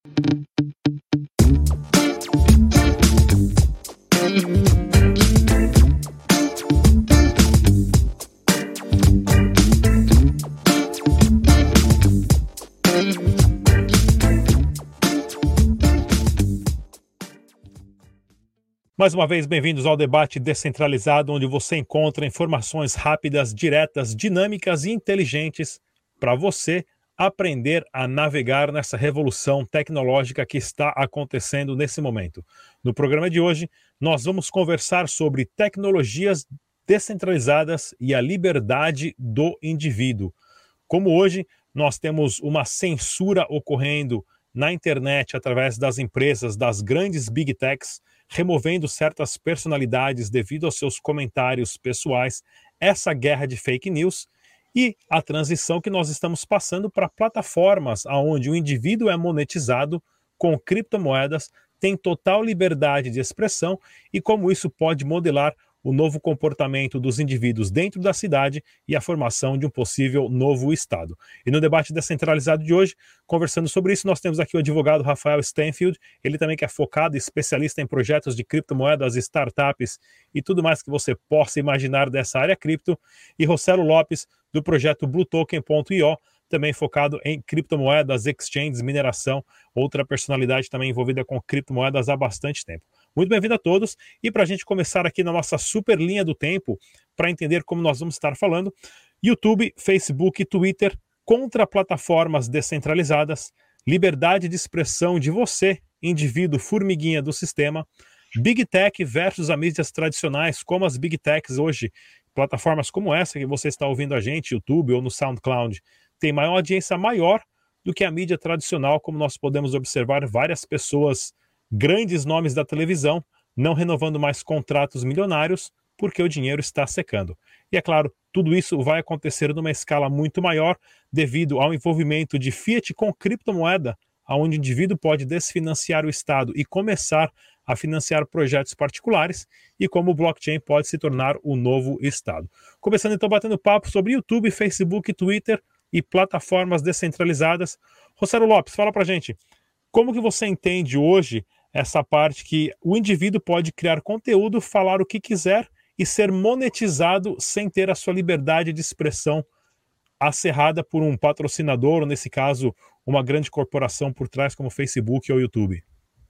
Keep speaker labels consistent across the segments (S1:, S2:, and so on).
S1: Mais uma vez, bem-vindos ao Debate Descentralizado, onde você encontra informações rápidas, diretas, dinâmicas e inteligentes para você aprender a navegar nessa revolução tecnológica que está acontecendo nesse momento. No programa de hoje, nós vamos conversar sobre tecnologias descentralizadas e a liberdade do indivíduo. Como hoje nós temos uma censura ocorrendo na internet através das empresas, das grandes big techs, removendo certas personalidades devido aos seus comentários pessoais, essa guerra de fake news e a transição que nós estamos passando para plataformas onde o indivíduo é monetizado com criptomoedas, tem total liberdade de expressão e como isso pode modelar o novo comportamento dos indivíduos dentro da cidade e a formação de um possível novo Estado. E no debate descentralizado de hoje, conversando sobre isso, nós temos aqui o advogado Rafael Stanfield, ele também que é focado e especialista em projetos de criptomoedas, startups e tudo mais que você possa imaginar dessa área cripto, e Rossello Lopes, do projeto BlueToken.io, também focado em criptomoedas, exchanges, mineração, outra personalidade também envolvida com criptomoedas há bastante tempo. Muito bem-vindo a todos, e para a gente começar aqui na nossa super linha do tempo, para entender como nós vamos estar falando, YouTube, Facebook e Twitter contra plataformas descentralizadas, liberdade de expressão de você, indivíduo formiguinha do sistema, Big Tech versus as mídias tradicionais, como as Big Techs hoje, plataformas como essa que você está ouvindo a gente, YouTube ou no SoundCloud, tem maior audiência maior do que a mídia tradicional, como nós podemos observar várias pessoas, grandes nomes da televisão, não renovando mais contratos milionários porque o dinheiro está secando. E é claro, tudo isso vai acontecer numa escala muito maior devido ao envolvimento de fiat com criptomoeda, onde o indivíduo pode desfinanciar o Estado e começar a financiar projetos particulares e como o blockchain pode se tornar o novo Estado. Começando então batendo papo sobre YouTube, Facebook, Twitter e plataformas descentralizadas. Rossello Lopes, fala pra gente, como que você entende hoje essa parte que o indivíduo pode criar conteúdo, falar o que quiser e ser monetizado sem ter a sua liberdade de expressão acerrada por um patrocinador, ou nesse caso, uma grande corporação por trás como Facebook ou YouTube?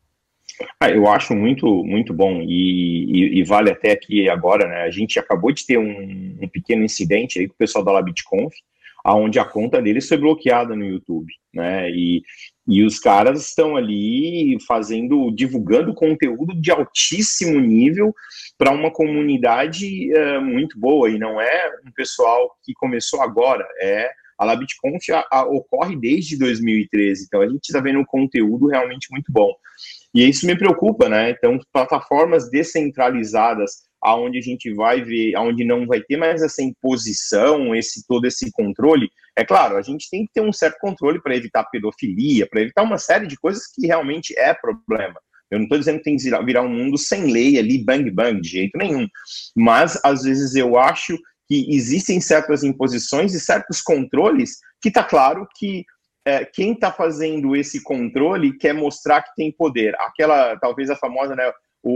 S2: Eu acho muito bom e vale até aqui agora, né? A gente acabou de ter um pequeno incidente aí com o pessoal da LabitConf, onde a conta deles foi bloqueada no YouTube, né? E os caras estão ali divulgando conteúdo de altíssimo nível para uma comunidade muito boa, e não é um pessoal que começou agora, a LabitConf ocorre desde 2013, então a gente está vendo um conteúdo realmente muito bom. E isso me preocupa, né? Então, plataformas descentralizadas, aonde a gente vai ver, aonde não vai ter mais essa imposição, todo esse controle. É claro, a gente tem que ter um certo controle para evitar pedofilia, para evitar uma série de coisas que realmente é problema. Eu não estou dizendo que tem que virar um mundo sem lei ali, bang, bang, de jeito nenhum. Mas, às vezes, eu acho que existem certas imposições e certos controles que está claro que quem está fazendo esse controle quer mostrar que tem poder. Talvez a famosa, né,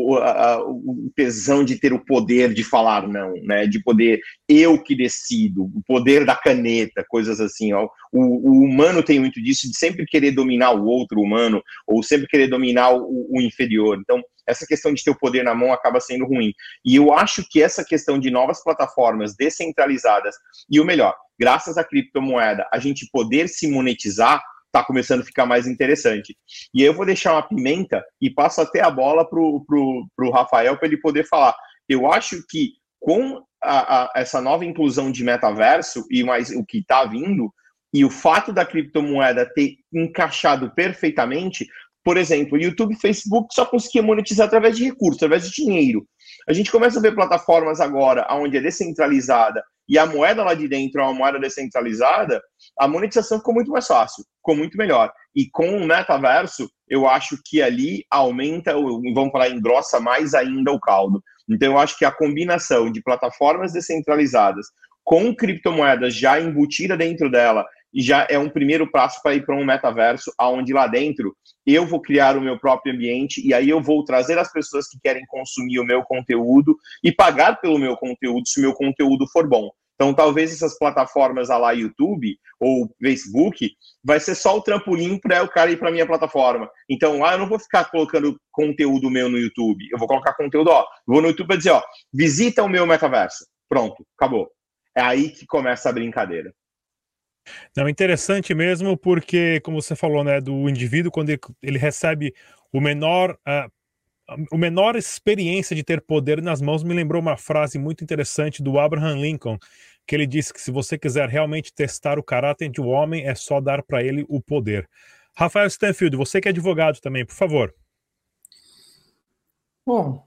S2: o tesão de ter o poder de falar não, né, de poder, eu que decido, o poder da caneta, coisas assim. Ó. O humano tem muito disso, de sempre querer dominar o outro humano, ou sempre querer dominar o inferior. Então, essa questão de ter o poder na mão acaba sendo ruim. E eu acho que essa questão de novas plataformas descentralizadas, e o melhor, graças à criptomoeda, a gente poder se monetizar, está começando a ficar mais interessante. E aí eu vou deixar uma pimenta e passo até a bola pro Rafael para ele poder falar. Eu acho que com essa nova inclusão de metaverso e mais o que está vindo, e o fato da criptomoeda ter encaixado perfeitamente, por exemplo, YouTube e Facebook só conseguia monetizar através de recursos, através de dinheiro. A gente começa a ver plataformas agora onde é descentralizada e a moeda lá de dentro é uma moeda descentralizada, a monetização ficou muito mais fácil, ficou muito melhor. E com o metaverso, eu acho que ali aumenta, vamos falar, engrossa mais ainda o caldo. Então, eu acho que a combinação de plataformas descentralizadas com criptomoedas já embutida dentro dela já é um primeiro passo para ir para um metaverso, onde lá dentro eu vou criar o meu próprio ambiente e aí eu vou trazer as pessoas que querem consumir o meu conteúdo e pagar pelo meu conteúdo se o meu conteúdo for bom. Então, talvez essas plataformas a lá YouTube ou Facebook vai ser só o trampolim para o cara ir para a minha plataforma. Então, lá eu não vou ficar colocando conteúdo meu no YouTube. Eu vou colocar conteúdo, vou no YouTube para dizer, visita o meu metaverso. Pronto, acabou. É aí que começa a brincadeira.
S1: Não, interessante mesmo, porque, como você falou, né, do indivíduo, quando ele recebe o menor experiência de ter poder nas mãos, me lembrou uma frase muito interessante do Abraham Lincoln, que ele disse que se você quiser realmente testar o caráter de um homem, é só dar para ele o poder. Rafael Stanfield, você que é advogado também, por favor.
S3: Bom,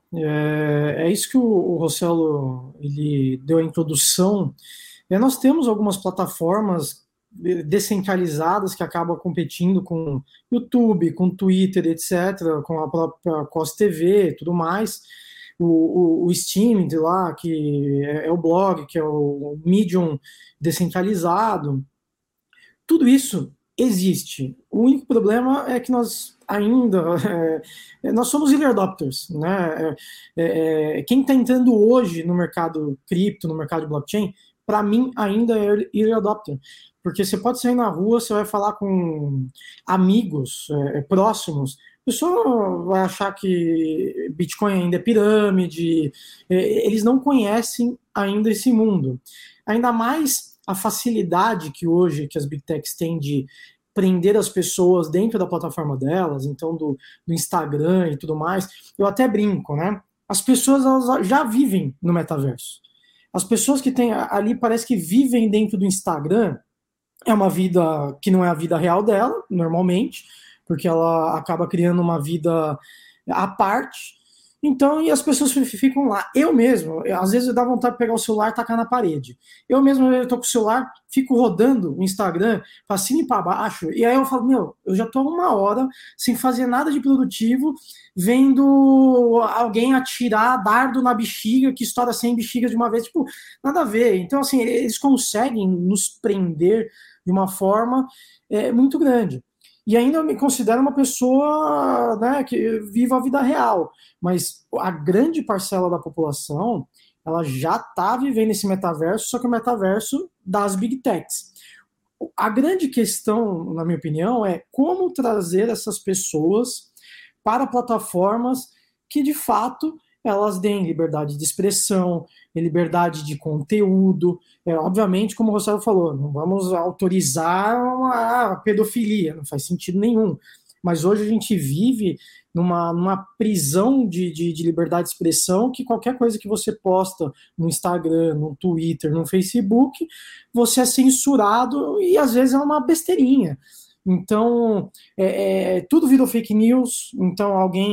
S3: é isso que o Rossello ele deu a introdução. Nós temos algumas plataformas descentralizadas que acabam competindo com YouTube, com Twitter, etc., com a própria COS TV e tudo mais. O Steam de lá, que é o blog, que é o Medium descentralizado. Tudo isso existe. O único problema é que nós ainda nós somos early adopters, né? Quem está entrando hoje no mercado cripto, no mercado de blockchain, para mim ainda é early adopter, porque você pode sair na rua, você vai falar com amigos próximos, a pessoa vai achar que Bitcoin ainda é pirâmide, eles não conhecem ainda esse mundo. Ainda mais a facilidade que hoje que as Big Techs têm de prender as pessoas dentro da plataforma delas, então do Instagram e tudo mais, eu até brinco, né? As pessoas elas já vivem no metaverso. As pessoas que têm ali parece que vivem dentro do Instagram, é uma vida que não é a vida real dela, normalmente, porque ela acaba criando uma vida à parte. Então, e as pessoas ficam lá. Eu mesmo, às vezes eu dá vontade de pegar o celular e tacar na parede. Eu mesmo, eu tô com o celular, fico rodando o Instagram para cima e para baixo, e aí eu falo, eu já tô 1 hora sem fazer nada de produtivo, vendo alguém atirar dardo na bexiga, que estoura 100 bexigas de uma vez, tipo, nada a ver. Então, assim, eles conseguem nos prender de uma forma muito grande. E ainda eu me considero uma pessoa, né, que vive a vida real. Mas a grande parcela da população, ela já está vivendo esse metaverso, só que o metaverso das Big Techs. A grande questão, na minha opinião, é como trazer essas pessoas para plataformas que, de fato, elas deem liberdade de expressão, liberdade de conteúdo. Obviamente, como o Rossello falou, não vamos autorizar a pedofilia, não faz sentido nenhum. Mas hoje a gente vive numa prisão de liberdade de expressão, que qualquer coisa que você posta no Instagram, no Twitter, no Facebook, você é censurado e às vezes é uma besteirinha. Então, tudo virou fake news, então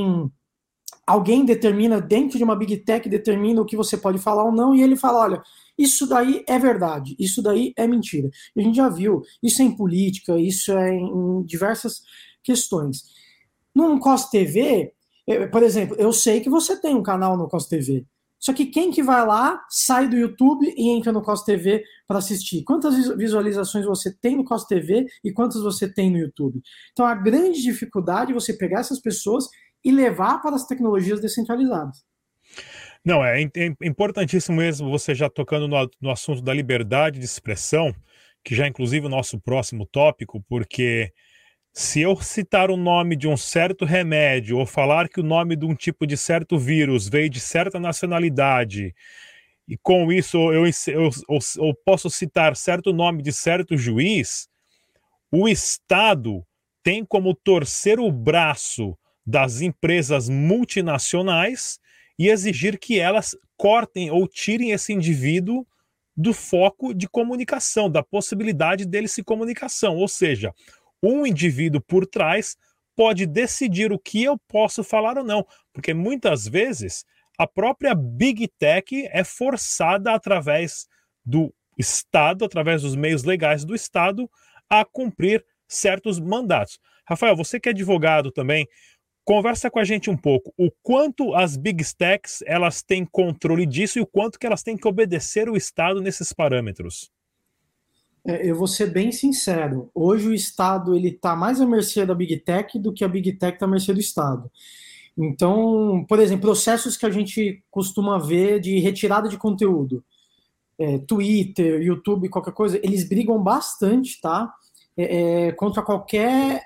S3: alguém determina, dentro de uma Big Tech, determina o que você pode falar ou não, e ele fala, olha, isso daí é verdade, isso daí é mentira. E a gente já viu, isso é em política, isso é em diversas questões. No COS TV, por exemplo, eu sei que você tem um canal no COS TV, só que quem que vai lá, sai do YouTube e entra no COS TV para assistir? Quantas visualizações você tem no COS TV e quantas você tem no YouTube? Então, a grande dificuldade é você pegar essas pessoas e levar para as tecnologias descentralizadas.
S1: Não, é importantíssimo mesmo você já tocando no assunto da liberdade de expressão, que já é inclusive o nosso próximo tópico, porque se eu citar o nome de um certo remédio ou falar que o nome de um tipo de certo vírus veio de certa nacionalidade, e com isso eu posso citar certo nome de certo juiz, o Estado tem como torcer o braço das empresas multinacionais e exigir que elas cortem ou tirem esse indivíduo do foco de comunicação, da possibilidade dele se comunicação. Ou seja, um indivíduo por trás pode decidir o que eu posso falar ou não, porque muitas vezes a própria Big Tech é forçada através do Estado, através dos meios legais do Estado, a cumprir certos mandatos. Rafael, você que é advogado também, conversa com a gente um pouco. O quanto as Big Techs elas têm controle disso e o quanto que elas têm que obedecer o Estado nesses parâmetros.
S3: Eu vou ser bem sincero. Hoje o Estado ele está mais à mercê da Big Tech do que a Big Tech está à mercê do Estado. Então, por exemplo, processos que a gente costuma ver de retirada de conteúdo, Twitter, YouTube, qualquer coisa, eles brigam bastante, tá? Contra qualquer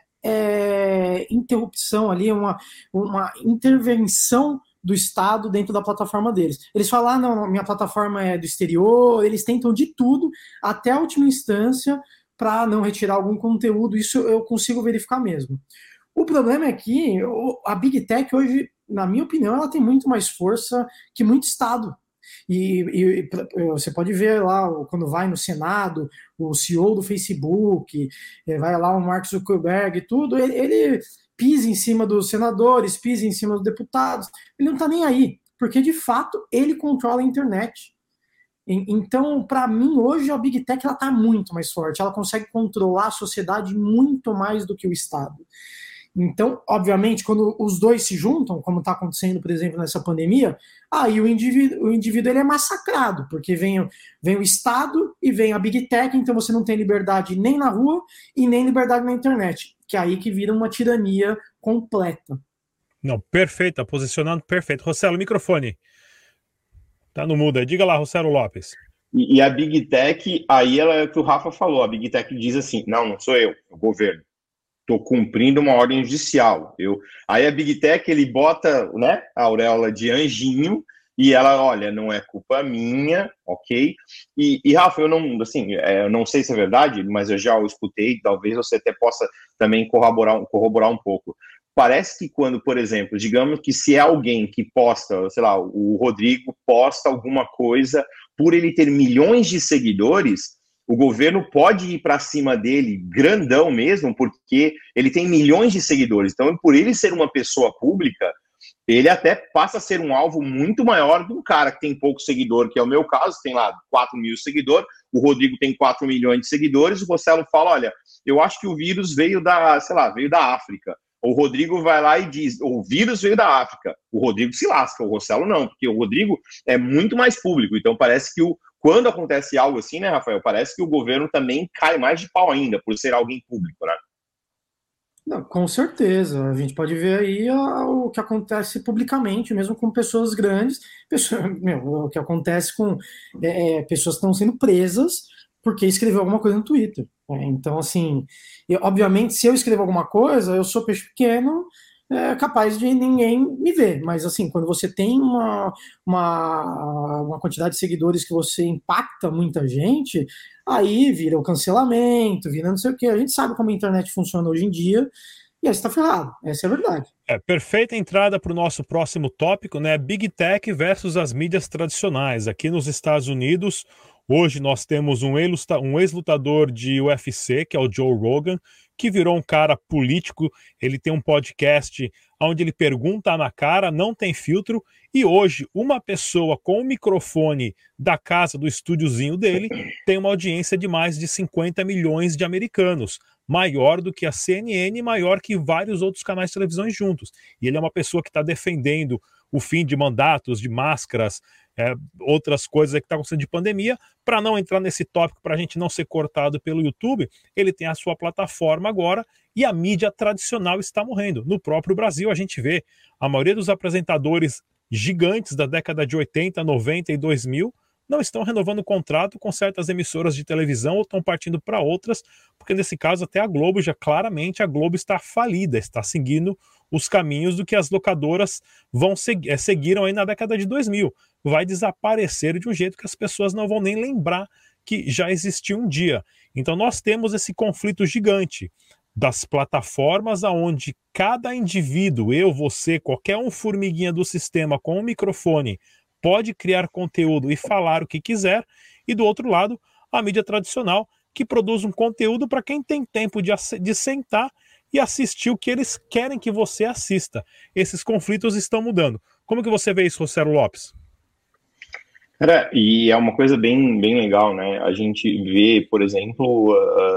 S3: interrupção ali, uma intervenção do Estado dentro da plataforma deles. Eles falam, não, minha plataforma é do exterior, eles tentam de tudo, até a última instância, para não retirar algum conteúdo, isso eu consigo verificar mesmo. O problema é que a Big Tech hoje, na minha opinião, ela tem muito mais força que muito Estado. E você pode ver lá, quando vai no Senado, o CEO do Facebook, vai lá o Mark Zuckerberg, tudo, ele pisa em cima dos senadores, pisa em cima dos deputados, ele não está nem aí, porque de fato ele controla a internet. Então, para mim, hoje a Big Tech está muito mais forte, ela consegue controlar a sociedade muito mais do que o Estado. Então, obviamente, quando os dois se juntam, como está acontecendo, por exemplo, nessa pandemia, aí o indivíduo ele é massacrado, porque vem o Estado e vem a Big Tech, então você não tem liberdade nem na rua e nem liberdade na internet, que é aí que vira uma tirania completa.
S1: Não, perfeito, tá posicionando perfeito. Rossello, microfone. Tá no mudo aí. Diga lá, Rossello Lopes.
S2: E a Big Tech, aí ela é o que o Rafa falou, a Big Tech diz assim, não sou eu, é o governo. Estou cumprindo uma ordem judicial. Aí a Big Tech, ele bota, né, a auréola de anjinho e ela, olha, não é culpa minha, ok? E Rafa, eu não sei se é verdade, mas eu já o escutei, talvez você até possa também corroborar um pouco. Parece que quando, por exemplo, digamos que se é alguém que posta, sei lá, o Rodrigo posta alguma coisa, por ele ter milhões de seguidores, o governo pode ir para cima dele grandão mesmo, porque ele tem milhões de seguidores. Então, por ele ser uma pessoa pública, ele até passa a ser um alvo muito maior de um cara que tem pouco seguidor, que é o meu caso, tem lá 4 mil seguidores, o Rodrigo tem 4 milhões de seguidores, o Rossello fala, olha, eu acho que o vírus veio da África. O Rodrigo vai lá e diz, o vírus veio da África. O Rodrigo se lasca, o Rossello não, porque o Rodrigo é muito mais público. Então parece que quando acontece algo assim, né, Rafael, parece que o governo também cai mais de pau ainda, por ser alguém público, né?
S3: Não, com certeza. A gente pode ver aí o que acontece publicamente, mesmo com pessoas grandes, o que acontece com pessoas que estão sendo presas porque escreveu alguma coisa no Twitter. Então, assim, obviamente, se eu escrever alguma coisa, eu sou peixe pequeno, capaz de ninguém me ver. Mas, assim, quando você tem uma quantidade de seguidores que você impacta muita gente, aí vira o cancelamento, vira não sei o quê. A gente sabe como a internet funciona hoje em dia, e aí você tá ferrado. Essa é a verdade.
S1: Perfeita entrada para o nosso próximo tópico, né? Big Tech versus as mídias tradicionais. Aqui nos Estados Unidos, hoje nós temos um ex-lutador de UFC, que é o Joe Rogan, que virou um cara político. Ele tem um podcast onde ele pergunta na cara, não tem filtro, e hoje uma pessoa com o microfone da casa, do estúdiozinho dele, tem uma audiência de mais de 50 milhões de americanos, maior do que a CNN, maior que vários outros canais de televisão juntos. E ele é uma pessoa que está defendendo o fim de mandatos, de máscaras, outras coisas que estão acontecendo de pandemia. Para não entrar nesse tópico, para a gente não ser cortado pelo YouTube, ele tem a sua plataforma agora e a mídia tradicional está morrendo. No próprio Brasil, a gente vê a maioria dos apresentadores gigantes da década de 80, 90 e 2000 não estão renovando o contrato com certas emissoras de televisão ou estão partindo para outras, porque nesse caso até a Globo, já claramente a Globo está falida, está seguindo os caminhos do que as locadoras seguiram aí na década de 2000. Vai desaparecer de um jeito que as pessoas não vão nem lembrar que já existiu um dia. Então nós temos esse conflito gigante das plataformas aonde cada indivíduo, eu, você, qualquer um formiguinha do sistema com um microfone pode criar conteúdo e falar o que quiser, e do outro lado, a mídia tradicional, que produz um conteúdo para quem tem tempo de sentar e assistir o que eles querem que você assista. Esses conflitos estão mudando. Como que você vê isso, Rossello Lopes?
S2: Cara, e é uma coisa bem, bem legal, né? A gente vê, por exemplo,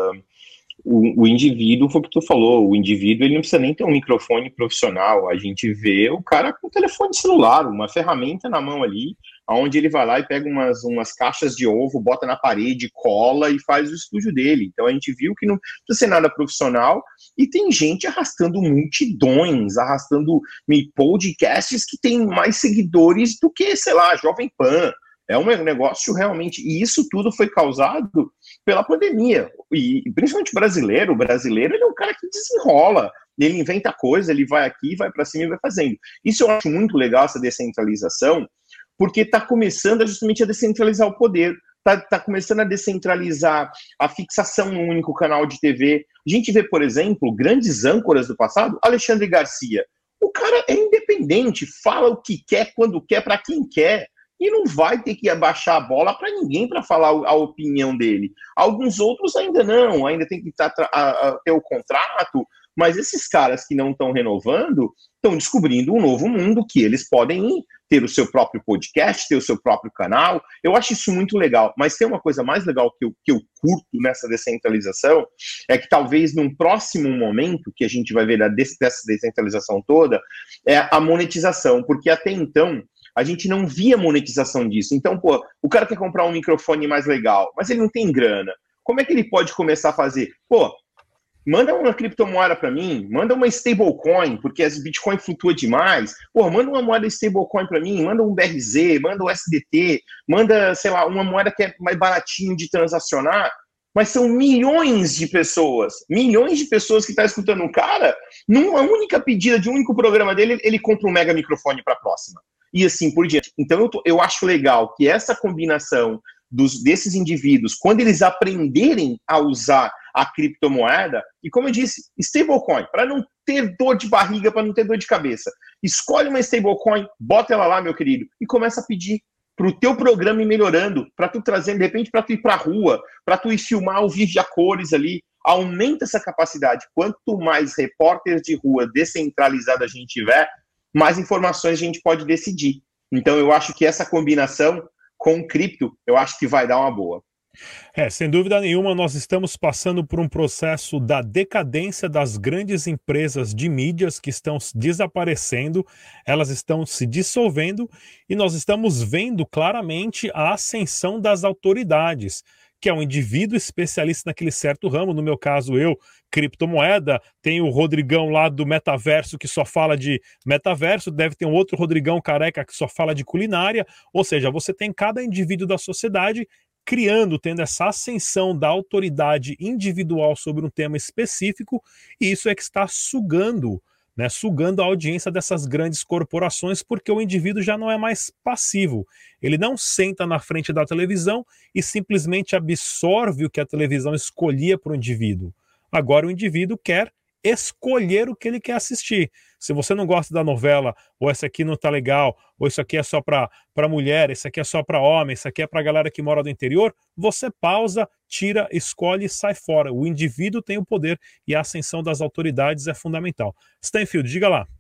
S2: o indivíduo, foi o que tu falou, o indivíduo ele não precisa nem ter um microfone profissional, a gente vê o cara com telefone celular, uma ferramenta na mão ali, onde ele vai lá e pega umas caixas de ovo, bota na parede, cola e faz o estúdio dele. Então a gente viu que não precisa ser nada profissional, e tem gente arrastando multidões, arrastando podcasts que tem mais seguidores do que, sei lá, Jovem Pan. É um negócio realmente, e isso tudo foi causado pela pandemia, e principalmente o brasileiro ele é um cara que desenrola, ele inventa coisa, ele vai aqui, vai para cima e vai fazendo. Isso eu acho muito legal, essa descentralização, porque está começando justamente a descentralizar o poder, está começando a descentralizar a fixação num único canal de TV. A gente vê, por exemplo, grandes âncoras do passado, Alexandre Garcia. O cara é independente, fala o que quer, quando quer, para quem quer, e não vai ter que abaixar a bola para ninguém para falar a opinião dele. Alguns outros ainda não, ainda tem que ter o contrato, mas esses caras que não estão renovando estão descobrindo um novo mundo que eles podem ter o seu próprio podcast, ter o seu próprio canal. Eu acho isso muito legal, mas tem uma coisa mais legal que eu curto nessa descentralização, é que talvez num próximo momento que a gente vai ver dessa descentralização toda, é a monetização, porque até então a gente não via monetização disso. Então, pô, o cara quer comprar um microfone mais legal, mas ele não tem grana. Como é que ele pode começar a fazer? Pô, manda uma criptomoeda para mim, manda uma stablecoin, porque as Bitcoin flutua demais. Pô, manda uma moeda stablecoin para mim, manda um BRZ, manda um SDT, manda, sei lá, uma moeda que é mais baratinho de transacionar. Mas são milhões de pessoas que estão escutando um cara, numa única pedida de um único programa dele, ele compra um mega microfone para a próxima. E assim por diante. Então eu acho legal que essa combinação desses indivíduos, quando eles aprenderem a usar a criptomoeda, e como eu disse, stablecoin, para não ter dor de barriga, para não ter dor de cabeça, escolhe uma stablecoin, bota ela lá, meu querido, e começa a pedir para o teu programa ir melhorando, para tu trazer, de repente, para tu ir para a rua, para tu ir filmar o vídeo a cores ali, aumenta essa capacidade. Quanto mais repórteres de rua descentralizado a gente tiver, mais informações a gente pode decidir. Então eu acho que essa combinação com cripto, eu acho que vai dar uma boa.
S1: Sem dúvida nenhuma, nós estamos passando por um processo da decadência das grandes empresas de mídias que estão desaparecendo, elas estão se dissolvendo, e nós estamos vendo claramente a ascensão das autoridades, que é um indivíduo especialista naquele certo ramo. No meu caso, eu, criptomoeda, tem o Rodrigão lá do metaverso que só fala de metaverso, deve ter um outro Rodrigão careca que só fala de culinária, ou seja, você tem cada indivíduo da sociedade tendo essa ascensão da autoridade individual sobre um tema específico, e isso é que está sugando a audiência dessas grandes corporações, porque o indivíduo já não é mais passivo. Ele não senta na frente da televisão e simplesmente absorve o que a televisão escolhia para o indivíduo. Agora o indivíduo quer escolher o que ele quer assistir. Se você não gosta da novela, ou essa aqui não tá legal, ou isso aqui é só para mulher, isso aqui é só para homem, isso aqui é para galera que mora do interior, você pausa, tira, escolhe e sai fora. O indivíduo tem o poder e a ascensão das autoridades é fundamental. Stanfield, diga lá.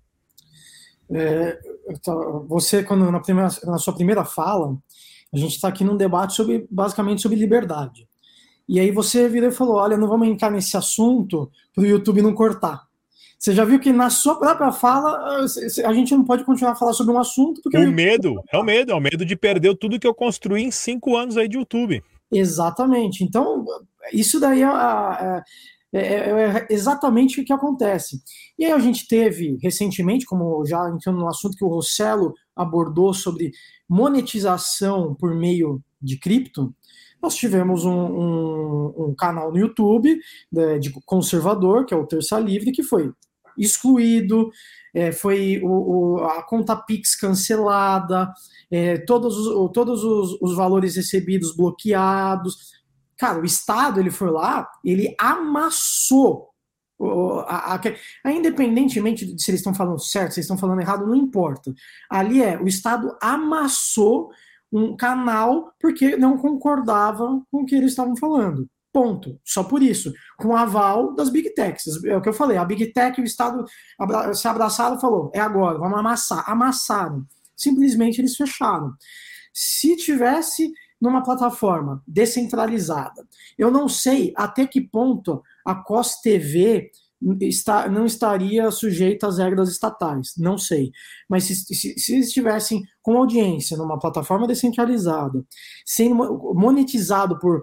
S3: Você, quando na sua primeira fala, a gente está aqui num debate basicamente sobre liberdade. E aí você virou e falou, olha, não vamos entrar nesse assunto para o YouTube não cortar. Você já viu que na sua própria fala a gente não pode continuar a falar sobre um assunto porque
S1: é o medo de perder tudo que eu construí em 5 anos aí de YouTube.
S3: Exatamente. Então, isso daí é exatamente o que acontece. E aí a gente teve recentemente, como já entrando no assunto que o Rossello abordou sobre monetização por meio de cripto, nós tivemos um canal no YouTube de conservador, que é o Terça Livre, que foi excluído, foi a conta Pix cancelada, todos os valores recebidos bloqueados. Cara, o Estado, ele foi lá, ele amassou. Independentemente de se eles estão falando certo, se eles estão falando errado, não importa. Ali o Estado amassou um canal porque não concordava com o que eles estavam falando. Ponto. Só por isso. Com o aval das Big Techs. É o que eu falei. A Big Tech e o Estado se abraçaram e falou, é agora, vamos amassar. Amassaram. Simplesmente eles fecharam. Se tivesse numa plataforma descentralizada, eu não sei até que ponto a COS TV não estaria sujeito às regras estatais, não sei. Mas se eles estivessem com audiência numa plataforma descentralizada, sendo monetizado por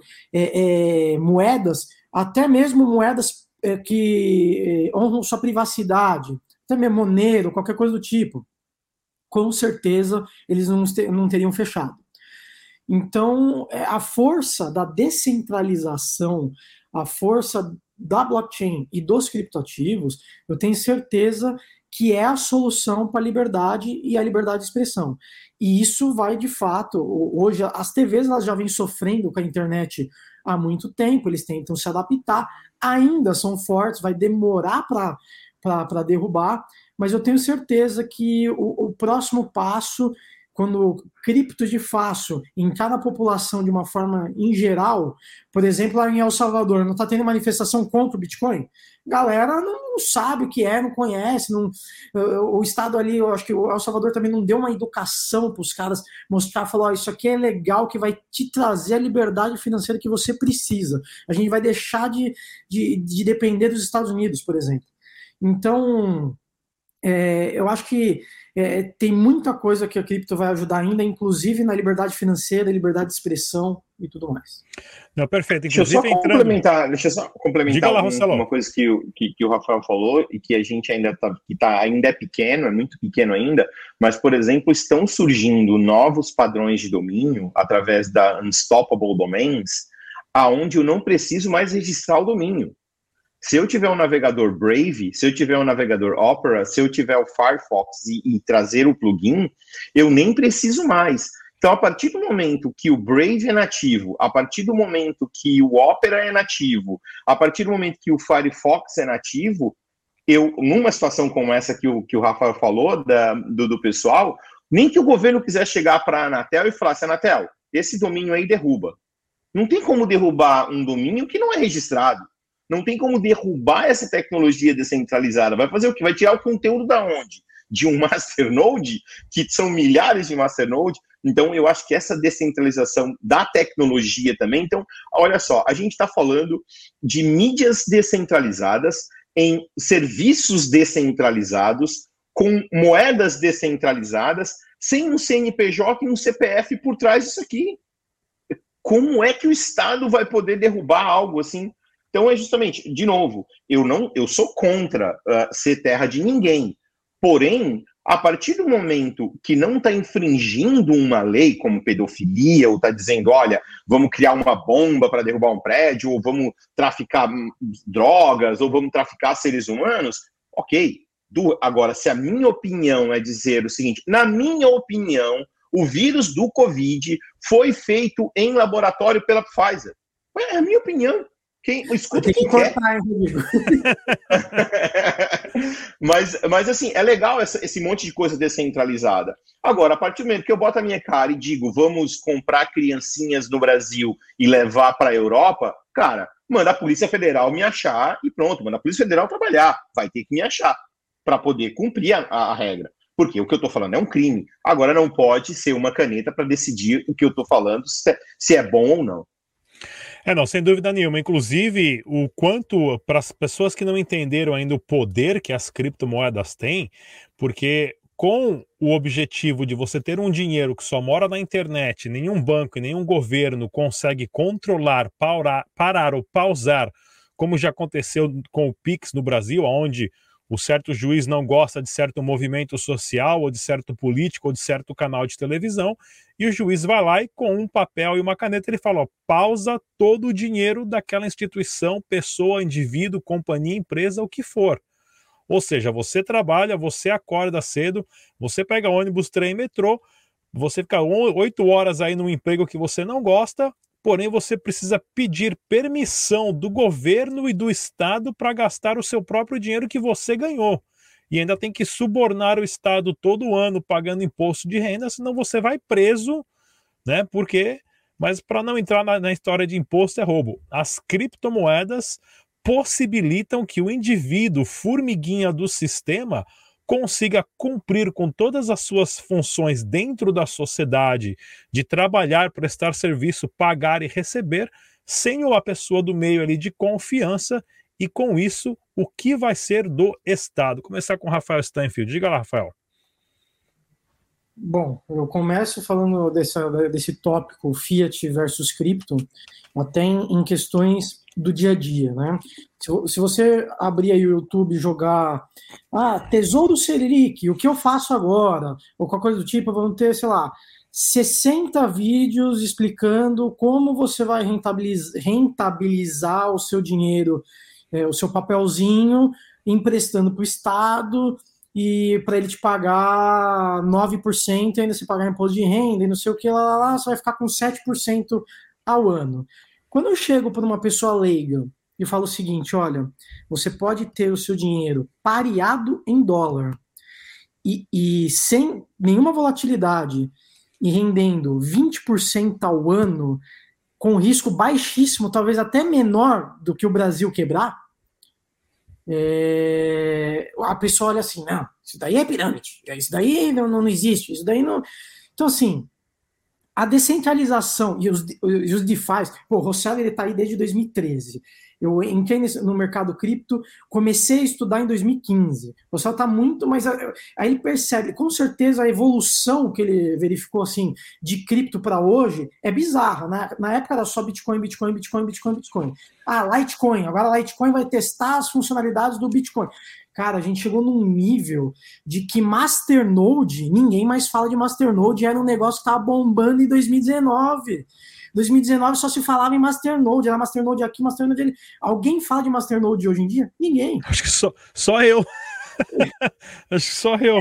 S3: moedas, até mesmo moedas que honram sua privacidade, até mesmo Monero, qualquer coisa do tipo, com certeza eles não teriam fechado. Então, a força da descentralização, a força da blockchain e dos criptoativos, eu tenho certeza que é a solução para a liberdade e a liberdade de expressão. E isso vai, de fato, hoje as TVs elas já vêm sofrendo com a internet há muito tempo, eles tentam se adaptar, ainda são fortes, vai demorar para derrubar, mas eu tenho certeza que o próximo passo, quando cripto de fato entrar na população de uma forma em geral, por exemplo, lá em El Salvador, não está tendo manifestação contra o Bitcoin? Galera não sabe o que é, não conhece, o Estado ali, eu acho que o El Salvador também não deu uma educação para os caras mostrar, falar, isso aqui é legal, que vai te trazer a liberdade financeira que você precisa. A gente vai deixar de depender dos Estados Unidos, por exemplo. Então, eu acho que tem muita coisa que a cripto vai ajudar ainda, inclusive na liberdade financeira, liberdade de expressão e tudo mais.
S1: Não, perfeito.
S2: Deixa eu só complementar
S1: lá,
S2: uma coisa que o Rafael falou e que a gente ainda é pequeno, é muito pequeno ainda, mas, por exemplo, estão surgindo novos padrões de domínio através da Unstoppable Domains, aonde eu não preciso mais registrar o domínio. Se eu tiver um navegador Brave, se eu tiver um navegador Opera, se eu tiver o Firefox e trazer o plugin, eu nem preciso mais. Então, a partir do momento que o Brave é nativo, a partir do momento que o Opera é nativo, a partir do momento que o Firefox é nativo, numa situação como essa que o Rafael falou, do pessoal, nem que o governo quiser chegar para a Anatel e falar assim, Anatel, esse domínio aí derruba. Não tem como derrubar um domínio que não é registrado. Não tem como derrubar essa tecnologia descentralizada. Vai fazer o quê? Vai tirar o conteúdo da onde? De um masternode, que são milhares de masternode. Então, eu acho que essa descentralização da tecnologia também. Então, olha só, a gente está falando de mídias descentralizadas em serviços descentralizados, com moedas descentralizadas, sem um CNPJ e um CPF por trás disso aqui. Como é que o Estado vai poder derrubar algo assim? Então, é justamente, de novo, eu sou contra ser terra de ninguém. Porém, a partir do momento que não está infringindo uma lei como pedofilia, ou está dizendo, olha, vamos criar uma bomba para derrubar um prédio, ou vamos traficar drogas, ou vamos traficar seres humanos, ok. Agora, se a minha opinião é dizer o seguinte, na minha opinião, o vírus do Covid foi feito em laboratório pela Pfizer. É a minha opinião. Escuta quem quer. mas assim, é legal esse monte de coisa descentralizada. Agora, a partir do momento que eu boto a minha cara e digo, vamos comprar criancinhas no Brasil e levar para a Europa, cara, manda a Polícia Federal me achar e pronto, manda a Polícia Federal trabalhar. Vai ter que me achar para poder cumprir a regra. Porque o que eu estou falando é um crime. Agora não pode ser uma caneta para decidir o que eu estou falando, se é bom ou não.
S1: Não, sem dúvida nenhuma. Inclusive, o quanto para as pessoas que não entenderam ainda o poder que as criptomoedas têm, porque com o objetivo de você ter um dinheiro que só mora na internet, nenhum banco e nenhum governo consegue controlar, parar ou pausar, como já aconteceu com o Pix no Brasil, onde o certo juiz não gosta de certo movimento social, ou de certo político, ou de certo canal de televisão, e o juiz vai lá e com um papel e uma caneta ele fala, pausa todo o dinheiro daquela instituição, pessoa, indivíduo, companhia, empresa, o que for. Ou seja, você trabalha, você acorda cedo, você pega ônibus, trem, metrô, você fica 8 horas aí num emprego que você não gosta, porém você precisa pedir permissão do governo e do Estado para gastar o seu próprio dinheiro que você ganhou. E ainda tem que subornar o Estado todo ano pagando imposto de renda, senão você vai preso, né? Porque, mas para não entrar na história de imposto é roubo. As criptomoedas possibilitam que o indivíduo, formiguinha do sistema, consiga cumprir com todas as suas funções dentro da sociedade, de trabalhar, prestar serviço, pagar e receber, sem a pessoa do meio ali de confiança e com isso, o que vai ser do Estado? Começar com o Rafael Stanfield. Diga lá, Rafael.
S3: Bom, eu começo falando desse tópico Fiat versus cripto, até em questões do dia a dia, né? Se você abrir aí o YouTube e jogar Tesouro Selic, o que eu faço agora, ou qualquer coisa do tipo, vão ter, sei lá, 60 vídeos explicando como você vai rentabilizar o seu dinheiro, o seu papelzinho, emprestando para o Estado, e para ele te pagar 9% e ainda você pagar imposto de renda e não sei o que, você vai ficar com 7% ao ano. Quando eu chego para uma pessoa leiga e falo o seguinte, olha, você pode ter o seu dinheiro pareado em dólar e sem nenhuma volatilidade e rendendo 20% ao ano, com risco baixíssimo, talvez até menor do que o Brasil quebrar, a pessoa olha assim, não, isso daí é pirâmide, isso daí não existe, isso daí não... Então, assim, a descentralização e os DeFi, o Rossello ele está aí desde 2013. Eu entrei no mercado cripto, comecei a estudar em 2015. O Rossello está muito, mas aí ele percebe, com certeza a evolução que ele verificou assim de cripto para hoje é bizarra. Na época era só Bitcoin. Litecoin, agora Litecoin vai testar as funcionalidades do Bitcoin. Cara, a gente chegou num nível de que Masternode, ninguém mais fala de Masternode, era um negócio que estava bombando em 2019. 2019 só se falava em Masternode, era Masternode aqui, Masternode ali. Alguém fala de Masternode hoje em dia? Ninguém.
S1: Acho que só eu. Acho que só eu.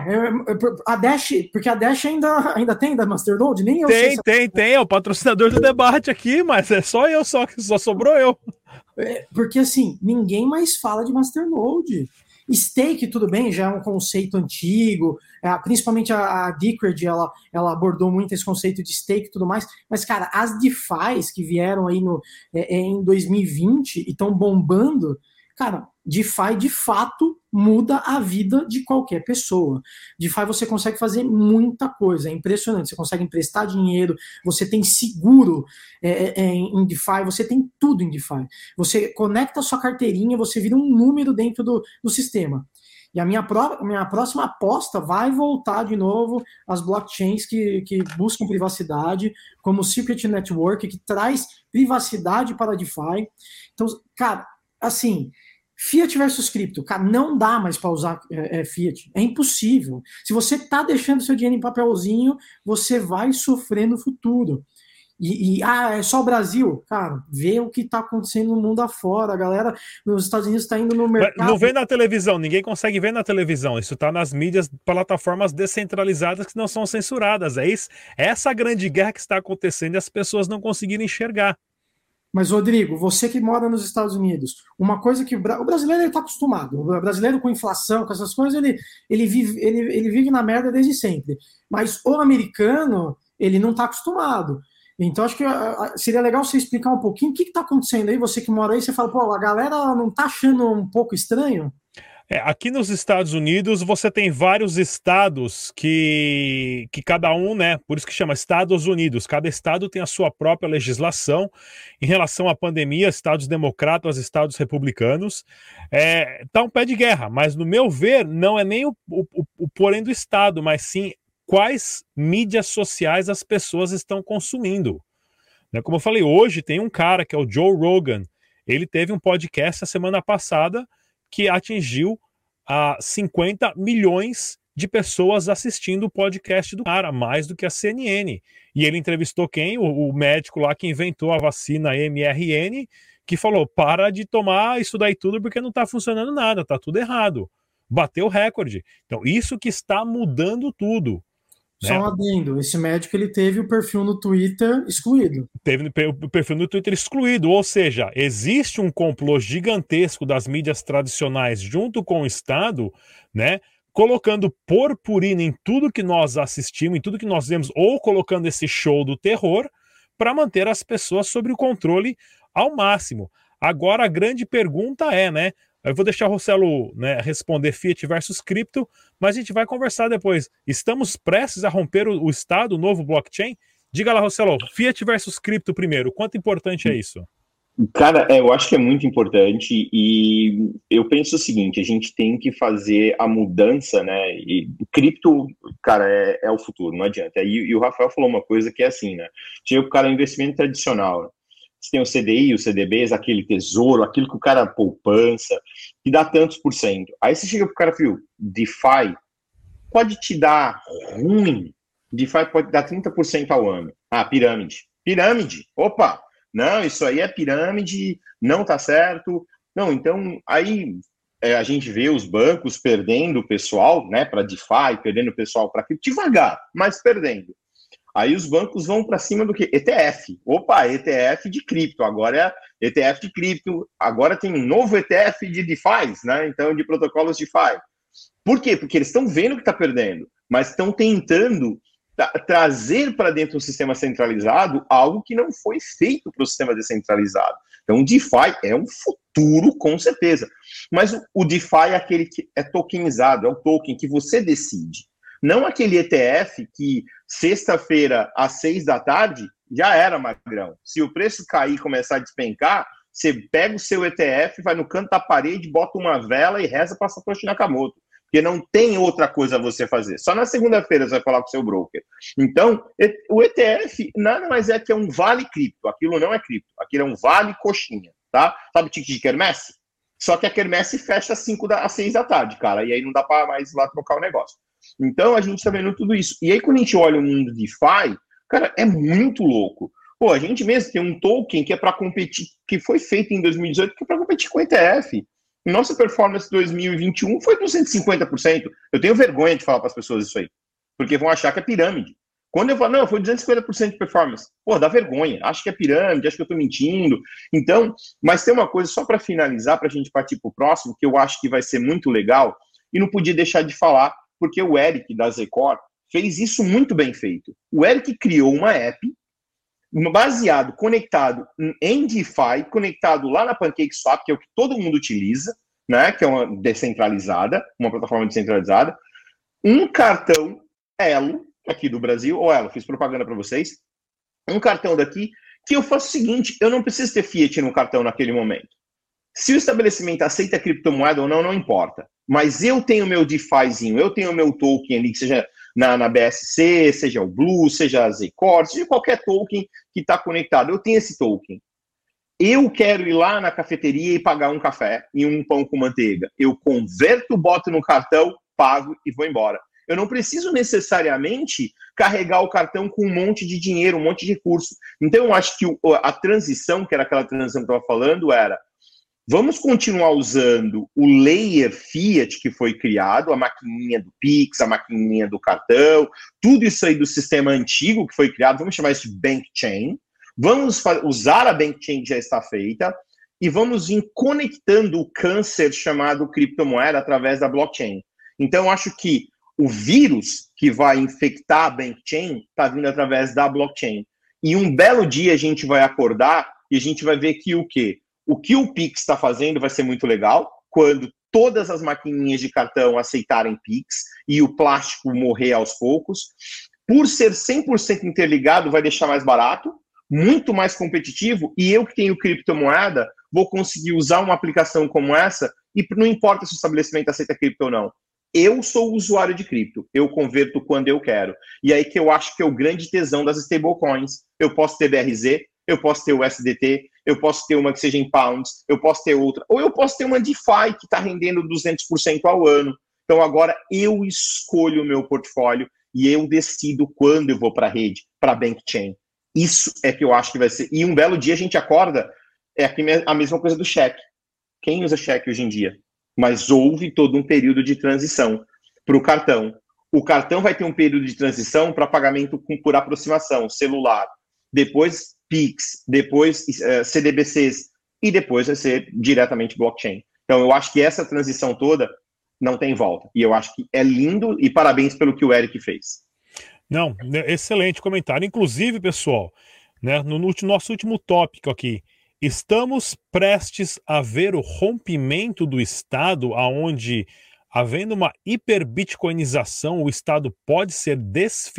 S3: A Dash, porque a Dash ainda tem da Masternode? Nem eu sei.
S1: Tem, é o patrocinador do debate aqui, mas é só eu, só sobrou eu.
S3: Porque assim, ninguém mais fala de Masternode. Stake, tudo bem, já é um conceito antigo, principalmente a Decred, ela abordou muito esse conceito de stake e tudo mais, mas, cara, as DeFis que vieram aí em 2020 e estão bombando, cara, DeFi de fato muda a vida de qualquer pessoa. DeFi você consegue fazer muita coisa, é impressionante. Você consegue emprestar dinheiro, você tem seguro em DeFi, você tem tudo em DeFi. Você conecta a sua carteirinha, você vira um número dentro do sistema. E a minha próxima aposta vai voltar de novo às blockchains que buscam privacidade, como o Secret Network, que traz privacidade para a DeFi. Então, cara, assim... Fiat versus cripto, cara, não dá mais para usar Fiat, é impossível. Se você está deixando seu dinheiro em papelzinho, você vai sofrer no futuro. É só o Brasil? Cara, vê o que está acontecendo no mundo afora. A galera nos Estados Unidos está indo no mercado.
S1: Mas não vê na televisão, ninguém consegue ver na televisão. Isso está nas mídias, plataformas descentralizadas que não são censuradas. Essa grande guerra que está acontecendo e as pessoas não conseguiram enxergar.
S3: Mas, Rodrigo, você que mora nos Estados Unidos, uma coisa que o brasileiro está acostumado. O brasileiro com inflação, com essas coisas, ele vive na merda desde sempre. Mas o americano, ele não está acostumado. Então, acho que seria legal você explicar um pouquinho o que está acontecendo aí. Você que mora aí, você fala, pô, a galera não está achando um pouco estranho?
S1: Aqui nos Estados Unidos você tem vários estados que cada um, né, por isso que chama Estados Unidos, cada estado tem a sua própria legislação em relação à pandemia, estados democratas, estados republicanos, tá um pé de guerra, mas no meu ver não é nem o porém do estado, mas sim quais mídias sociais as pessoas estão consumindo. Como eu falei, hoje tem um cara que é o Joe Rogan, ele teve um podcast a semana passada que atingiu 50 milhões de pessoas assistindo o podcast do cara, mais do que a CNN. E ele entrevistou quem? O médico lá que inventou a vacina mRNA, que falou, para de tomar isso daí tudo porque não está funcionando nada, está tudo errado. Bateu o recorde. Então, isso que está mudando tudo.
S3: Só um adendo, esse médico ele teve o perfil no Twitter excluído.
S1: Teve o perfil no Twitter excluído, ou seja, existe um complô gigantesco das mídias tradicionais junto com o Estado, né, colocando purpurina em tudo que nós assistimos, em tudo que nós vemos, ou colocando esse show do terror para manter as pessoas sob o controle ao máximo. Agora a grande pergunta é, né, eu vou deixar o Rossello, né, responder Fiat versus cripto, mas a gente vai conversar depois. Estamos prestes a romper o Estado, o novo blockchain? Diga lá, Rossello, Fiat versus cripto primeiro. Quanto importante é isso?
S2: Cara, eu acho que é muito importante e eu penso o seguinte, a gente tem que fazer a mudança, né, e cripto, cara, é o futuro, não adianta. E o Rafael falou uma coisa que é assim, né, tinha o cara investimento tradicional, né? Você tem o CDI, os CDBs, aquele tesouro, aquilo que o cara poupança, que dá tantos por cento. Aí você chega pro cara, viu, DeFi pode te dar ruim, DeFi pode dar 30% ao ano. Ah, pirâmide. Pirâmide, opa! Não, isso aí é pirâmide, não tá certo. Não, então aí a gente vê os bancos perdendo o pessoal, né, para DeFi, perdendo o pessoal para cripto, devagar, mas perdendo. Aí os bancos vão para cima do que? ETF. Opa, ETF de cripto. Agora é ETF de cripto. Agora tem um novo ETF de DeFi, né? Então, de protocolos DeFi. Por quê? Porque eles estão vendo que está perdendo, mas estão tentando trazer para dentro do sistema centralizado algo que não foi feito para o sistema descentralizado. Então, o DeFi é um futuro, com certeza. Mas o DeFi é aquele que é tokenizado, é o token que você decide. Não aquele ETF que sexta-feira às 6 da tarde já era, magrão. Se o preço cair e começar a despencar, você pega o seu ETF, vai no canto da parede, bota uma vela e reza para Satoshi Nakamoto. Porque não tem outra coisa a você fazer. Só na segunda-feira você vai falar com o seu broker. Então, o ETF nada mais é que um vale cripto. Aquilo não é cripto. Aquilo é um vale coxinha, tá? Sabe o ticket de quermesse? Só que a quermesse fecha às 6 da tarde, cara. E aí não dá para mais lá trocar o negócio. Então, a gente está vendo tudo isso. E aí, quando a gente olha o mundo DeFi, cara, é muito louco. Pô, a gente mesmo tem um token que é para competir, que foi feito em 2018, que é para competir com o ETF. Nossa performance 2021 foi 250%. Eu tenho vergonha de falar para as pessoas isso aí, porque vão achar que é pirâmide. Quando eu falo, não, foi 250% de performance, pô, dá vergonha. Acho que é pirâmide, acho que eu estou mentindo. Então, mas tem uma coisa, só para finalizar, para a gente partir para o próximo, que eu acho que vai ser muito legal, e não podia deixar de falar, porque o Eric, da Zecor, fez isso muito bem feito. O Eric criou uma app baseado, conectado em DeFi, conectado lá na PancakeSwap, que é o que todo mundo utiliza, né, que é uma descentralizada, uma plataforma descentralizada, um cartão Elo, aqui do Brasil, ou Elo, fiz propaganda para vocês, um cartão daqui, que eu faço o seguinte, eu não preciso ter Fiat no cartão naquele momento. Se o estabelecimento aceita criptomoeda ou não, não importa. Mas eu tenho meu DeFizinho, eu tenho meu token ali, que seja na BSC, seja o Blue, seja a Zcor, seja qualquer token que está conectado. Eu tenho esse token. Eu quero ir lá na cafeteria e pagar um café e um pão com manteiga. Eu converto, boto no cartão, pago e vou embora. Eu não preciso necessariamente carregar o cartão com um monte de dinheiro, um monte de recurso. Então, eu acho que a transição, que era aquela transição que eu estava falando, era vamos continuar usando o layer Fiat que foi criado, a maquininha do Pix, a maquininha do cartão, tudo isso aí do sistema antigo que foi criado, vamos chamar isso de Bank Chain. Vamos usar a Bank Chain que já está feita e vamos ir conectando o câncer chamado criptomoeda através da blockchain. Então, eu acho que o vírus que vai infectar a Bank Chain está vindo através da blockchain. E um belo dia a gente vai acordar e a gente vai ver que o quê? O que o Pix está fazendo vai ser muito legal, quando todas as maquininhas de cartão aceitarem Pix e o plástico morrer aos poucos. Por ser 100% interligado, vai deixar mais barato, muito mais competitivo, e eu que tenho criptomoeda, vou conseguir usar uma aplicação como essa, e não importa se o estabelecimento aceita cripto ou não. Eu sou usuário de cripto, eu converto quando eu quero. E aí que eu acho que é o grande tesão das stablecoins. Eu posso ter BRZ, eu posso ter o USDT, eu posso ter uma que seja em pounds, eu posso ter outra, ou eu posso ter uma DeFi que está rendendo 200% ao ano. Então agora eu escolho o meu portfólio e eu decido quando eu vou para a rede, para a Bank Chain. Isso é que eu acho que vai ser. E um belo dia a gente acorda, é a mesma coisa do cheque. Quem usa cheque hoje em dia? Mas houve todo um período de transição para o cartão. O cartão vai ter um período de transição para pagamento por aproximação, celular. Depois Pix, depois CDBCs e depois vai ser diretamente blockchain. Então eu acho que essa transição toda não tem volta. E eu acho que é lindo e parabéns pelo que o Eric fez.
S1: Não, excelente comentário. Inclusive, pessoal, né, no nosso último tópico aqui, estamos prestes a ver o rompimento do Estado, aonde, havendo uma hiperbitcoinização, o Estado pode ser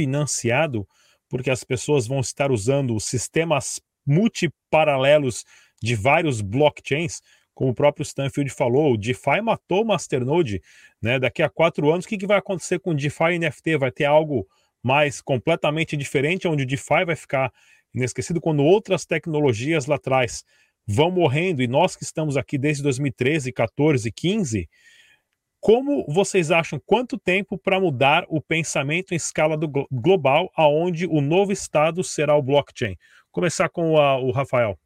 S1: desfinanciado, porque as pessoas vão estar usando sistemas multiparalelos de vários blockchains, como o próprio Stanfield falou, o DeFi matou o Masternode, né? Daqui a 4 anos, o que vai acontecer com o DeFi e NFT? Vai ter algo mais completamente diferente, onde o DeFi vai ficar inesquecido, quando outras tecnologias lá atrás vão morrendo, e nós que estamos aqui desde 2013, 14, 15, como vocês acham, quanto tempo para mudar o pensamento em escala global, aonde o novo estado será o blockchain? Começar com o Rafael.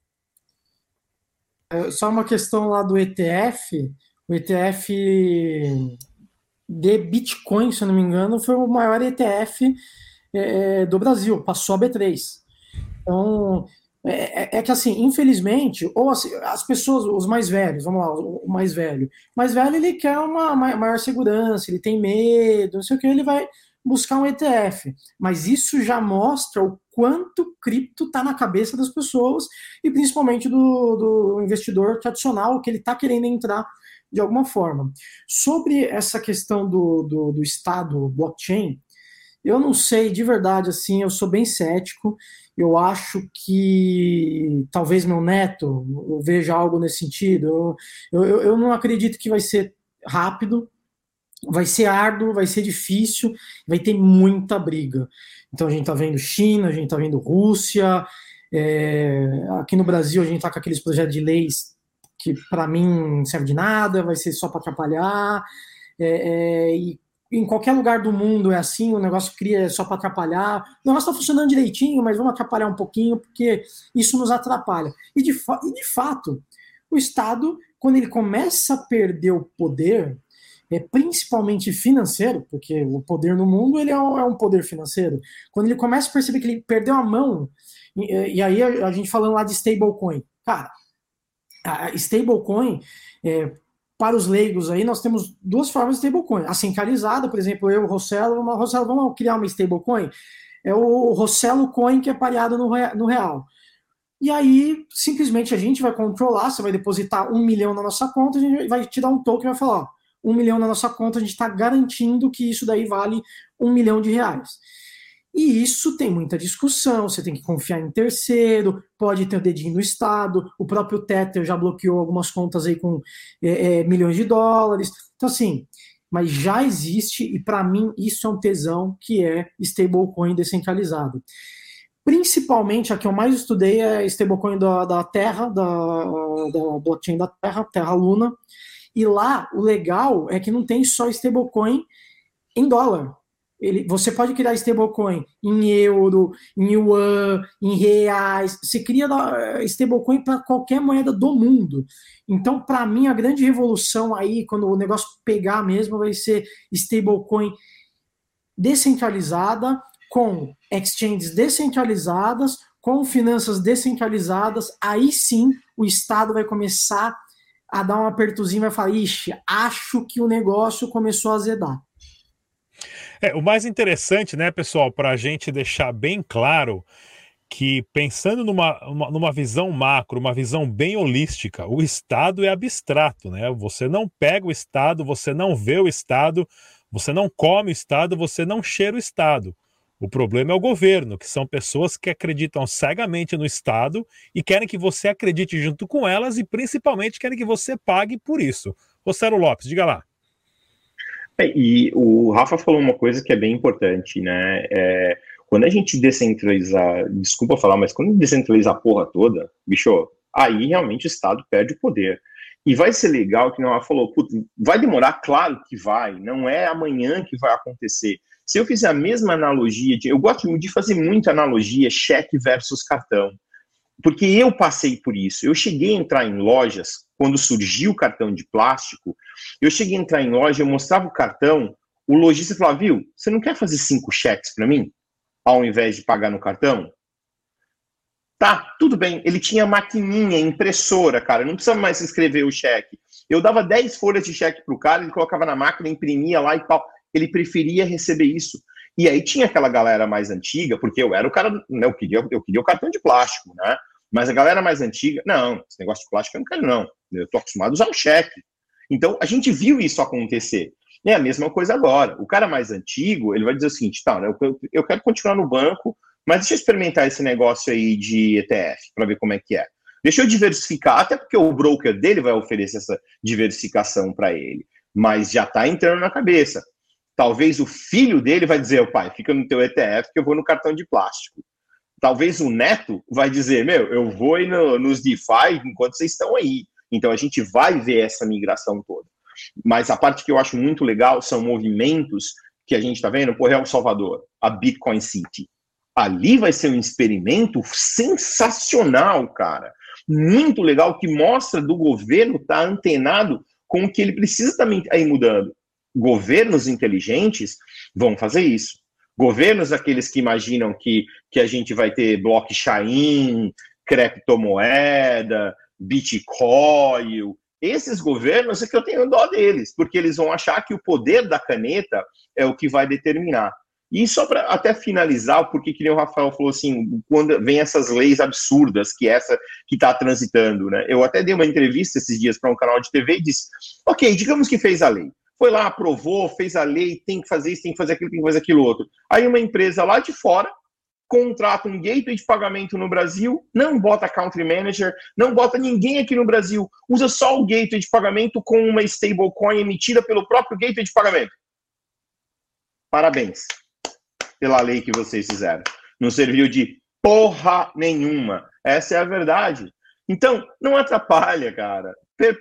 S3: Só uma questão lá do ETF. O ETF de Bitcoin, se eu não me engano, foi o maior ETF do Brasil, passou a B3. Então, que assim, infelizmente, ou assim, as pessoas, os mais velhos, vamos lá, o mais velho. O mais velho, ele quer uma maior segurança, ele tem medo, não sei o que, ele vai buscar um ETF. Mas isso já mostra o quanto cripto está na cabeça das pessoas e principalmente do investidor tradicional, que ele está querendo entrar de alguma forma. Sobre essa questão do Estado blockchain, eu não sei, de verdade, assim, eu sou bem cético. Eu acho que talvez meu neto veja algo nesse sentido. Eu não acredito que vai ser rápido, vai ser árduo, vai ser difícil, vai ter muita briga. Então a gente está vendo China, a gente está vendo Rússia, aqui no Brasil a gente está com aqueles projetos de leis que para mim não serve de nada, vai ser só para atrapalhar, e em qualquer lugar do mundo é assim, o negócio cria só para atrapalhar, o negócio está funcionando direitinho, mas vamos atrapalhar um pouquinho, porque isso nos atrapalha. E de fato, o Estado, quando ele começa a perder o poder, principalmente financeiro, porque o poder no mundo ele é um poder financeiro, quando ele começa a perceber que ele perdeu a mão, e aí a gente falando lá de stablecoin, cara, a stablecoin, para os leigos aí, nós temos 2 formas de stablecoin. A centralizada, por exemplo, eu, Rossello, vamos criar uma stablecoin? É o Rossello Coin, que é pareado no real. E aí, simplesmente, a gente vai controlar, você vai depositar 1 milhão na nossa conta, a gente vai te dar um token e vai falar, ó, 1 milhão na nossa conta, a gente está garantindo que isso daí vale 1 milhão de reais. E isso tem muita discussão, você tem que confiar em terceiro, pode ter o dedinho no Estado, o próprio Tether já bloqueou algumas contas aí com milhões de dólares. Então, assim, mas já existe, e para mim isso é um tesão, que é stablecoin descentralizado. Principalmente, a que eu mais estudei é stablecoin da Terra, da blockchain da Terra, Terra Luna. E lá, o legal é que não tem só stablecoin em dólar. Você pode criar stablecoin em euro, em yuan, em reais. Você cria stablecoin para qualquer moeda do mundo. Então, para mim, a grande revolução aí, quando o negócio pegar mesmo, vai ser stablecoin descentralizada, com exchanges descentralizadas, com finanças descentralizadas. Aí sim, o Estado vai começar a dar um apertozinho e vai falar, ixi, acho que o negócio começou a azedar.
S1: O mais interessante, né, pessoal, para a gente deixar bem claro que, pensando numa visão macro, uma visão bem holística, o Estado é abstrato, né? Você não pega o Estado, você não vê o Estado, você não come o Estado, você não cheira o Estado. O problema é o governo, que são pessoas que acreditam cegamente no Estado e querem que você acredite junto com elas e, principalmente, querem que você pague por isso. Rossello Lopes, diga lá.
S2: E o Rafa falou uma coisa que é bem importante, né? Quando a gente descentralizar, desculpa falar, mas quando descentralizar a porra toda, bicho, aí realmente o Estado perde o poder. E vai ser legal, que o Rafa falou, vai demorar, claro que vai, não é amanhã que vai acontecer. Se eu fizer a mesma analogia, eu gosto de fazer muita analogia, cheque versus cartão, porque eu passei por isso. Eu cheguei a entrar em lojas, quando surgiu o cartão de plástico, eu cheguei a entrar em loja, eu mostrava o cartão, o lojista falava, viu, você não quer fazer 5 cheques para mim, ao invés de pagar no cartão? Tá, tudo bem. Ele tinha maquininha, impressora, cara, não precisa mais escrever o cheque. Eu dava 10 folhas de cheque pro cara, ele colocava na máquina, imprimia lá e tal. Ele preferia receber isso. E aí tinha aquela galera mais antiga, porque eu era o cara, né, eu queria o cartão de plástico, né? Mas a galera mais antiga, não, esse negócio de plástico eu não quero, não. Eu tô acostumado a usar o cheque. Então, a gente viu isso acontecer. É a mesma coisa agora. O cara mais antigo, ele vai dizer o seguinte, tá, eu quero continuar no banco, mas deixa eu experimentar esse negócio aí de ETF, para ver como é que é. Deixa eu diversificar, até porque o broker dele vai oferecer essa diversificação para ele. Mas já está entrando na cabeça. Talvez o filho dele vai dizer, pai, fica no teu ETF que eu vou no cartão de plástico. Talvez o neto vai dizer, eu vou ir nos DeFi enquanto vocês estão aí. Então a gente vai ver essa migração toda. Mas a parte que eu acho muito legal são movimentos que a gente está vendo, por El Salvador, a Bitcoin City. Ali vai ser um experimento sensacional, cara. Muito legal, que mostra do governo estar antenado com o que ele precisa também ir mudando. Governos inteligentes vão fazer isso. Governos, aqueles que imaginam que a gente vai ter blockchain, criptomoeda, Bitcoin, esses governos é que eu tenho dó deles, porque eles vão achar que o poder da caneta é o que vai determinar. E só para até finalizar, porque que nem o Rafael falou assim, quando vem essas leis absurdas, que essa que está transitando, né? Eu até dei uma entrevista esses dias para um canal de TV e disse, ok, digamos que fez a lei. Foi lá, aprovou, fez a lei, tem que fazer isso, tem que fazer aquilo, tem que fazer aquilo outro. Aí uma empresa lá de fora contrata um gateway de pagamento no Brasil, não bota country manager, não bota ninguém aqui no Brasil, usa só o gateway de pagamento com uma stablecoin emitida pelo próprio gateway de pagamento. Parabéns pela lei que vocês fizeram. Não serviu de porra nenhuma. Essa é a verdade. Então, não atrapalha, cara.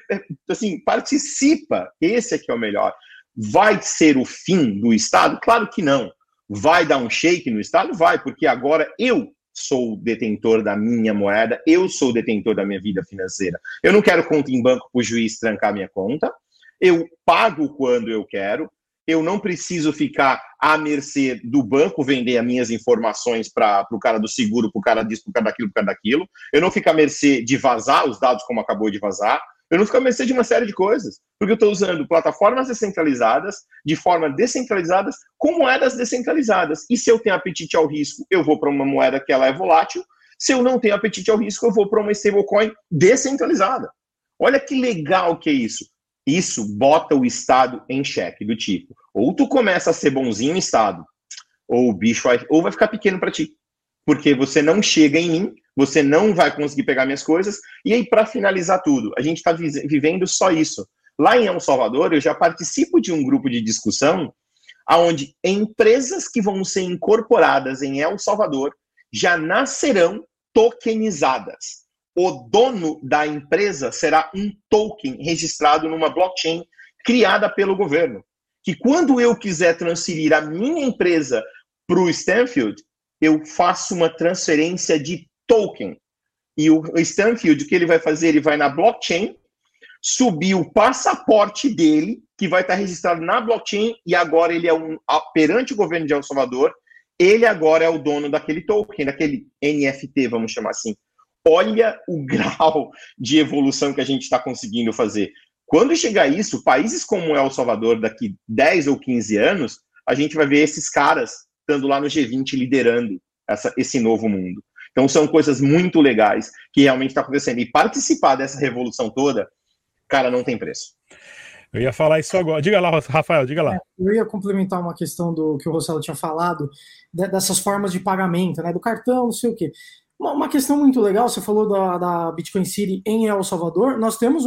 S2: Assim, participa. Esse aqui é o melhor. Vai ser o fim do Estado? Claro que não. Vai dar um shake no Estado? Vai, porque agora eu sou o detentor da minha moeda, eu sou o detentor da minha vida financeira. Eu não quero conta em banco para o juiz trancar minha conta, eu pago quando eu quero, eu não preciso ficar à mercê do banco vender as minhas informações para o cara do seguro, para o cara disso, para o cara daquilo, para o cara daquilo. Eu não fico à mercê de vazar os dados como acabou de vazar. Eu não fico à mercê de uma série de coisas, porque eu estou usando plataformas descentralizadas, de forma descentralizada, com moedas descentralizadas. E se eu tenho apetite ao risco, eu vou para uma moeda que ela é volátil. Se eu não tenho apetite ao risco, eu vou para uma stablecoin descentralizada. Olha que legal que é isso. Isso bota o Estado em xeque, do tipo, ou tu começa a ser bonzinho, Estado, ou o bicho vai ficar pequeno para ti, porque você não chega em mim, você não vai conseguir pegar minhas coisas. E aí, para finalizar tudo, a gente está vivendo só isso. Lá em El Salvador, eu já participo de um grupo de discussão onde empresas que vão ser incorporadas em El Salvador já nascerão tokenizadas. O dono da empresa será um token registrado numa blockchain criada pelo governo. Que quando eu quiser transferir a minha empresa para o Stanfield, eu faço uma transferência de token. E o Stanfield, o que ele vai fazer? Ele vai na blockchain, subir o passaporte dele, que vai estar registrado na blockchain, e agora ele é perante o governo de El Salvador, ele agora é o dono daquele token, daquele NFT, vamos chamar assim. Olha o grau de evolução que a gente está conseguindo fazer. Quando chegar isso, países como El Salvador, daqui 10 ou 15 anos, a gente vai ver esses caras estando lá no G20 liderando esse novo mundo. Então são coisas muito legais que realmente estão acontecendo. E participar dessa revolução toda, cara, não tem preço.
S1: Eu ia falar isso agora. Diga lá, Rafael, diga lá.
S3: Eu ia complementar uma questão do que o Rossello tinha falado, dessas formas de pagamento, né, do cartão, não sei o quê. Uma questão muito legal, você falou da Bitcoin City em El Salvador. Nós temos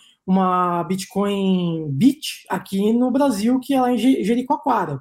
S3: uma Bitcoin Beach aqui no Brasil, que é lá em Jericoacoara.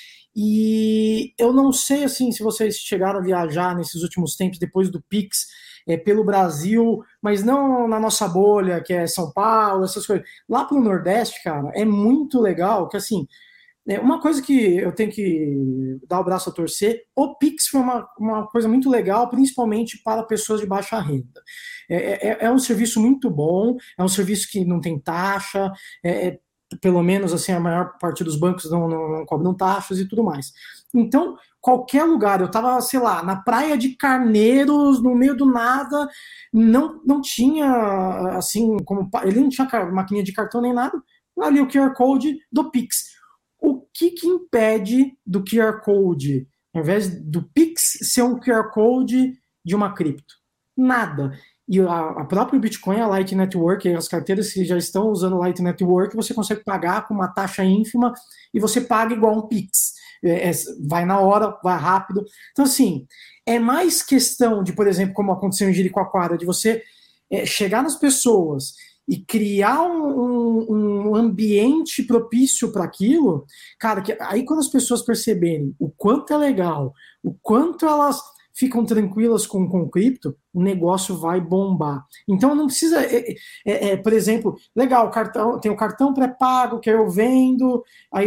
S3: E eu não sei assim se vocês chegaram a viajar nesses últimos tempos, depois do Pix, pelo Brasil, mas não na nossa bolha, que é São Paulo, essas coisas. Lá pro Nordeste, cara, é muito legal, que assim, uma coisa que eu tenho que dar o braço a torcer, o Pix foi uma coisa muito legal, principalmente para pessoas de baixa renda. É um serviço muito bom, é um serviço que não tem taxa, pelo menos assim, a maior parte dos bancos não cobram taxas e tudo mais. Então, qualquer lugar, eu estava, sei lá, na praia de Carneiros, no meio do nada, não tinha, assim, ele não tinha maquininha de cartão nem nada, ali o QR Code do Pix. O que impede do QR Code, ao invés do Pix, ser um QR Code de uma cripto? Nada. E a própria Bitcoin, a Light Network, as carteiras que já estão usando Light Network, você consegue pagar com uma taxa ínfima e você paga igual um Pix. Vai na hora, vai rápido. Então, assim, é mais questão de, por exemplo, como aconteceu em Jericoacoara, de você chegar nas pessoas e criar um ambiente propício para aquilo, cara, aí quando as pessoas perceberem o quanto é legal, o quanto elas ficam tranquilas com cripto, o negócio vai bombar. Então não precisa, por exemplo, legal, tem o cartão pré-pago que eu vendo,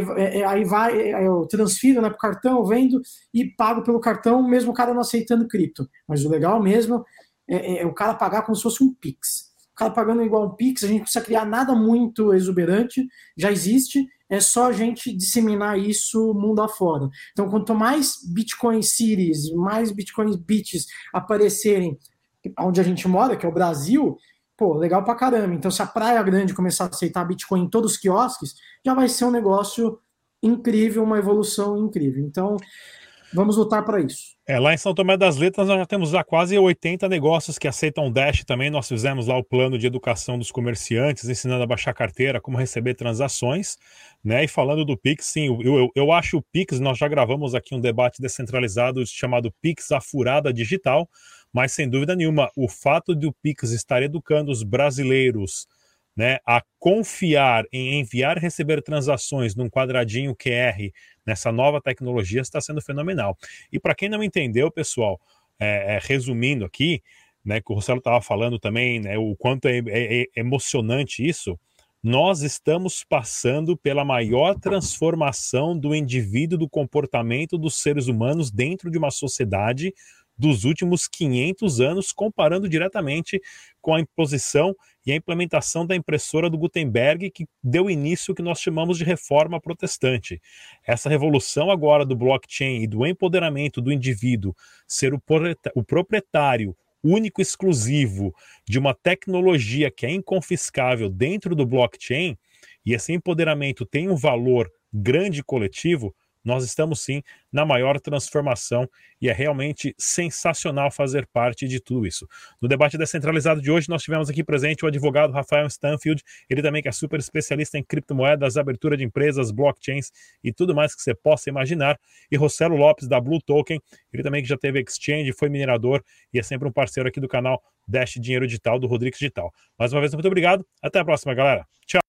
S3: aí eu transfiro, né, para o cartão, eu vendo e pago pelo cartão, mesmo o cara não aceitando cripto. Mas o legal mesmo é o cara pagar como se fosse um Pix. O cara pagando igual um Pix, a gente não precisa criar nada muito exuberante, já existe, é só a gente disseminar isso mundo afora. Então, quanto mais Bitcoin Cities, mais Bitcoin Bits aparecerem onde a gente mora, que é o Brasil, pô, legal pra caramba. Então, se a Praia Grande começar a aceitar Bitcoin em todos os quiosques, já vai ser um negócio incrível, uma evolução incrível. Então, vamos lutar para isso.
S1: Lá em São Tomé das Letras nós já temos já quase 80 negócios que aceitam Dash também. Nós fizemos lá o plano de educação dos comerciantes, ensinando a baixar carteira, como receber transações, né? E falando do Pix, sim, eu acho o Pix, nós já gravamos aqui um debate descentralizado chamado Pix a Furada Digital, mas sem dúvida nenhuma, o fato de o Pix estar educando os brasileiros, né, a confiar em enviar e receber transações num quadradinho QR nessa nova tecnologia está sendo fenomenal. E para quem não entendeu, pessoal, resumindo aqui, né, que o Rossello estava falando também, né, o quanto é emocionante isso, nós estamos passando pela maior transformação do indivíduo, do comportamento dos seres humanos dentro de uma sociedade dos últimos 500 anos, comparando diretamente com a imposição e a implementação da impressora do Gutenberg, que deu início ao que nós chamamos de reforma protestante. Essa revolução agora do blockchain e do empoderamento do indivíduo ser o proprietário único e exclusivo de uma tecnologia que é inconfiscável dentro do blockchain, e esse empoderamento tem um valor grande coletivo, nós estamos sim na maior transformação e é realmente sensacional fazer parte de tudo isso. No debate descentralizado de hoje, nós tivemos aqui presente o advogado Rafael Stanfield, ele também que é super especialista em criptomoedas, abertura de empresas, blockchains e tudo mais que você possa imaginar, e Rossello Lopes da Blue Token, ele também que já teve exchange, foi minerador e é sempre um parceiro aqui do canal Dash Dinheiro Digital, do Rodrigues Digital. Mais uma vez, muito obrigado, até a próxima, galera. Tchau!